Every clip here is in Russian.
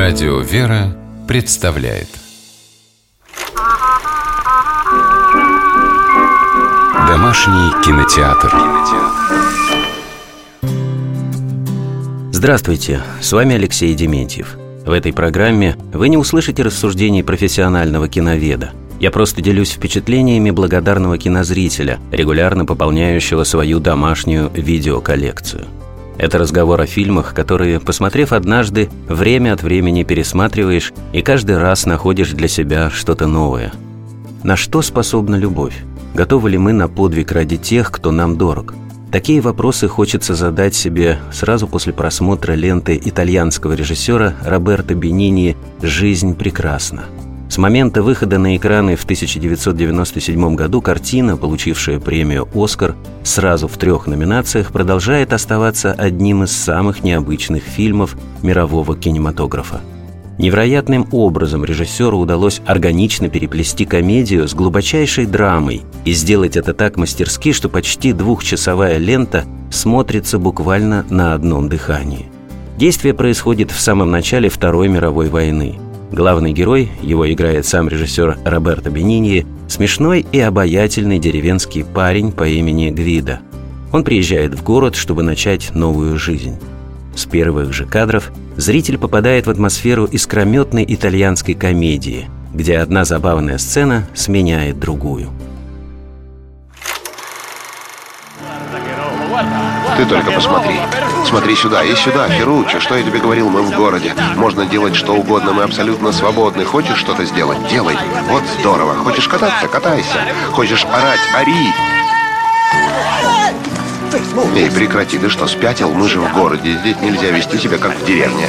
Радио «Вера» представляет Домашний кинотеатр. Здравствуйте, с вами Алексей Дементьев. В этой программе вы не услышите рассуждений профессионального киноведа. Я просто делюсь впечатлениями благодарного кинозрителя, регулярно пополняющего свою домашнюю видеоколлекцию. Это разговор о фильмах, которые, посмотрев однажды, время от времени пересматриваешь и каждый раз находишь для себя что-то новое. На что способна любовь? Готовы ли мы на подвиг ради тех, кто нам дорог? Такие вопросы хочется задать себе сразу после просмотра ленты итальянского режиссера Роберто Бенигни «Жизнь прекрасна». С момента выхода на экраны в 1997 году картина, получившая премию «Оскар», сразу в 3 номинациях, продолжает оставаться одним из самых необычных фильмов мирового кинематографа. Невероятным образом режиссеру удалось органично переплести комедию с глубочайшей драмой и сделать это так мастерски, что почти 2-часовая лента смотрится буквально на одном дыхании. Действие происходит в самом начале Второй мировой войны. Главный герой, его играет сам режиссер Роберто Бенигни, смешной и обаятельный деревенский парень по имени Гвидо. Он приезжает в город, чтобы начать новую жизнь. С первых же кадров зритель попадает в атмосферу искрометной итальянской комедии, где одна забавная сцена сменяет другую. Ты только посмотри. Смотри сюда и сюда, Ферруччо, что я тебе говорил, мы в городе. Можно делать что угодно, мы абсолютно свободны. Хочешь что-то сделать? Делай. Вот здорово. Хочешь кататься? Катайся. Хочешь орать? Ори. Эй, прекрати, ты что, спятил? Мы же в городе, здесь нельзя вести себя как в деревне.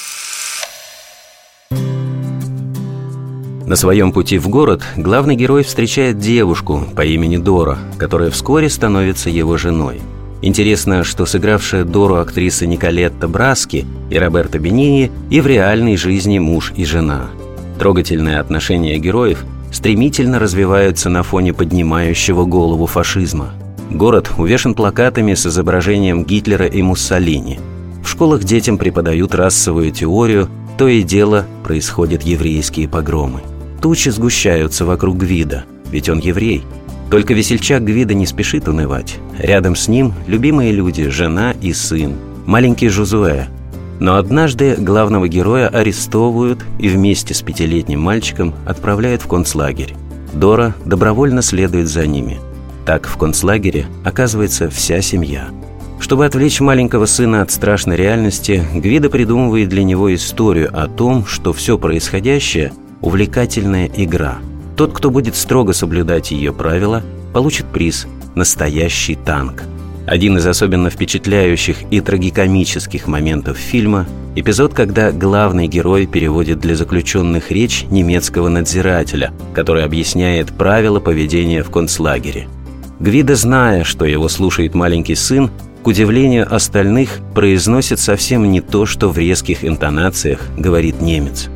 На своем пути в город главный герой встречает девушку по имени Дора, которая вскоре становится его женой. Интересно, что сыгравшая Дору актриса Николетта Браски и Роберто Бенигни и в реальной жизни муж и жена. Трогательные отношения героев стремительно развиваются на фоне поднимающего голову фашизма. Город увешан плакатами с изображением Гитлера и Муссолини. В школах детям преподают расовую теорию, то и дело происходят еврейские погромы. Тучи сгущаются вокруг Гвидо, ведь он еврей. Только весельчак Гвидо не спешит унывать. Рядом с ним любимые люди, жена и сын, маленький Жозуэ. Но однажды главного героя арестовывают и вместе с 5-летним мальчиком отправляют в концлагерь. Дора добровольно следует за ними. Так в концлагере оказывается вся семья. Чтобы отвлечь маленького сына от страшной реальности, Гвидо придумывает для него историю о том, что все происходящее – увлекательная игра. Тот, кто будет строго соблюдать ее правила, получит приз – настоящий танк. Один из особенно впечатляющих и трагикомических моментов фильма – эпизод, когда главный герой переводит для заключенных речь немецкого надзирателя, который объясняет правила поведения в концлагере. Гвидо, зная, что его слушает маленький сын, к удивлению остальных, произносит совсем не то, что в резких интонациях говорит немец.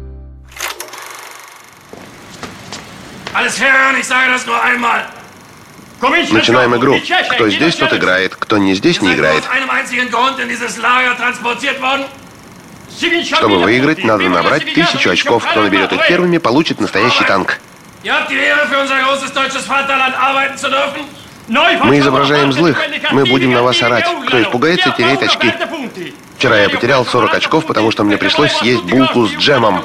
Начинаем игру. Кто здесь, тот играет. Кто не здесь, не играет. Чтобы выиграть, надо набрать 1000 очков. Кто наберет их первыми, получит настоящий танк. Мы изображаем злых. Мы будем на вас орать. Кто испугается, теряет очки. Вчера я потерял 40 очков, потому что мне пришлось съесть булку с джемом.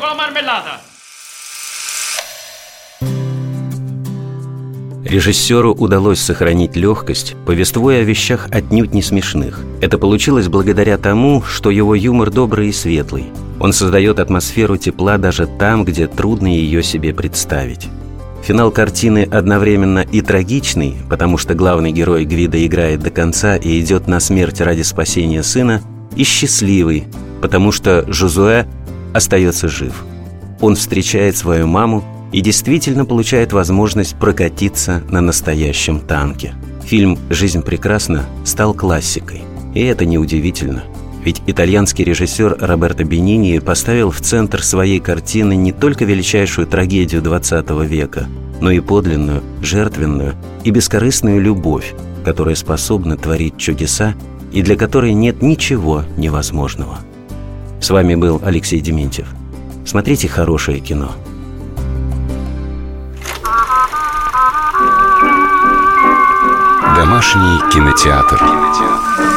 Режиссеру удалось сохранить легкость, повествуя о вещах отнюдь не смешных. Это получилось благодаря тому, что его юмор добрый и светлый. Он создает атмосферу тепла даже там, где трудно ее себе представить. Финал картины одновременно и трагичный, потому что главный герой Гвидо играет до конца и идет на смерть ради спасения сына, и счастливый, потому что Жозуэ остается жив. Он встречает свою маму и действительно получает возможность прокатиться на настоящем танке. Фильм «Жизнь прекрасна» стал классикой. И это неудивительно. Ведь итальянский режиссер Роберто Бенигни поставил в центр своей картины не только величайшую трагедию XX века, но и подлинную, жертвенную и бескорыстную любовь, которая способна творить чудеса и для которой нет ничего невозможного. С вами был Алексей Дементьев. Смотрите хорошее кино. Домашний кинотеатр.